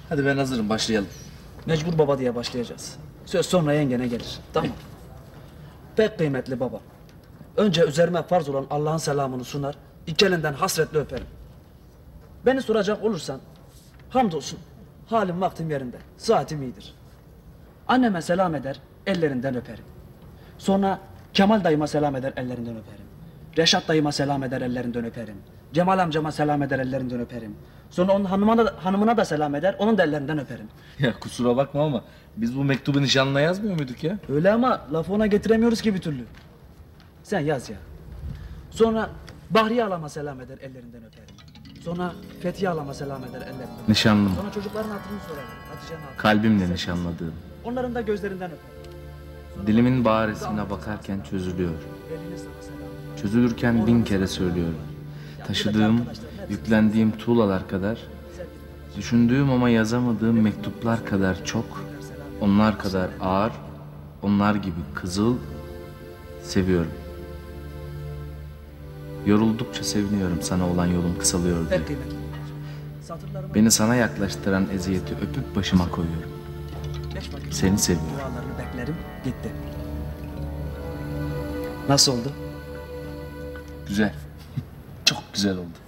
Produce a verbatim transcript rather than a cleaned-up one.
Hadi ben hazırım, başlayalım. Mecbur baba diye başlayacağız. Söz sonra yengene gelir. Tamam. Pek kıymetli baba. Önce üzerime farz olan Allah'ın selamını sunar, iki elinden hasretle öperim. Beni soracak olursan, hamdolsun halim vaktim yerinde, saatim iyidir. Anneme selam eder, ellerinden öperim. Sonra Kemal dayıma selam eder, ellerinden öperim. Reşat dayıma selam eder, ellerinden öperim. Cemal amcama selam eder, ellerinden öperim. Sonra onun hanımına da, hanımına da selam eder, onun da ellerinden öperim. Ya kusura bakma ama biz bu mektubu nişanlına yazmıyor muyduk ya? Öyle ama lafı ona getiremiyoruz ki bir türlü. Sen yaz ya. Sonra Bahriye alama selam eder, ellerinden öperim. Sonra Fethiye alama selam eder, ellerinden öperim. Nişanlım, Sonra çocukların hatırını sorarım. Hatice'nin hatırını. kalbimle nişanladığım. Onların da gözlerinden öperim. Sonra Dilimin baharesine bakarken çözülüyor. Velinin sana selam. Çözülürken bin kere söylüyorum. Taşıdığım, yüklendiğim tuğlalar kadar, düşündüğüm ama yazamadığım mektuplar kadar çok, onlar kadar ağır, onlar gibi kızıl, seviyorum. Yoruldukça seviniyorum sana olan yolum kısalıyor diye. En kıymetli. Satırlarıma Beni sana yaklaştıran eziyeti öpüp başıma koyuyorum. beş vakit Seni seviyorum. dualarını beklerim, gitti. Nasıl oldu? Güzel. Çok güzel oldu.